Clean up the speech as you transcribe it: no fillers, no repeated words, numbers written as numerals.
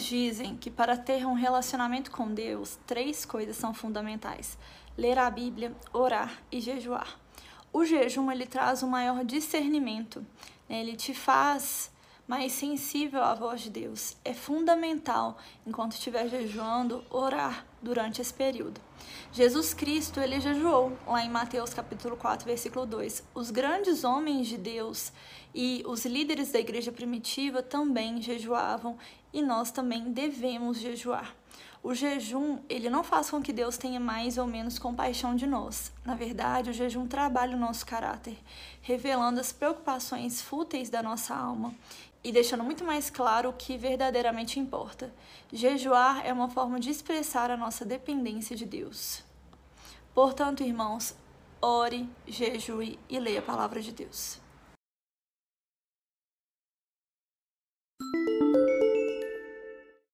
dizem que para ter um relacionamento com Deus, 3 coisas são fundamentais: ler a Bíblia, orar e jejuar. O jejum, ele traz um maior discernimento, né? Ele te faz mais sensível à voz de Deus. É fundamental, enquanto estiver jejuando, orar durante esse período. Jesus Cristo, ele jejuou, lá em Mateus capítulo 4, versículo 2. Os grandes homens de Deus e os líderes da igreja primitiva também jejuavam, e nós também devemos jejuar. O jejum, ele não faz com que Deus tenha mais ou menos compaixão de nós. Na verdade, o jejum trabalha o nosso caráter, revelando as preocupações fúteis da nossa alma e deixando muito mais claro o que verdadeiramente importa. Jejuar é uma forma de expressar a nossa dependência de Deus. Portanto, irmãos, ore, jejue e leia a palavra de Deus.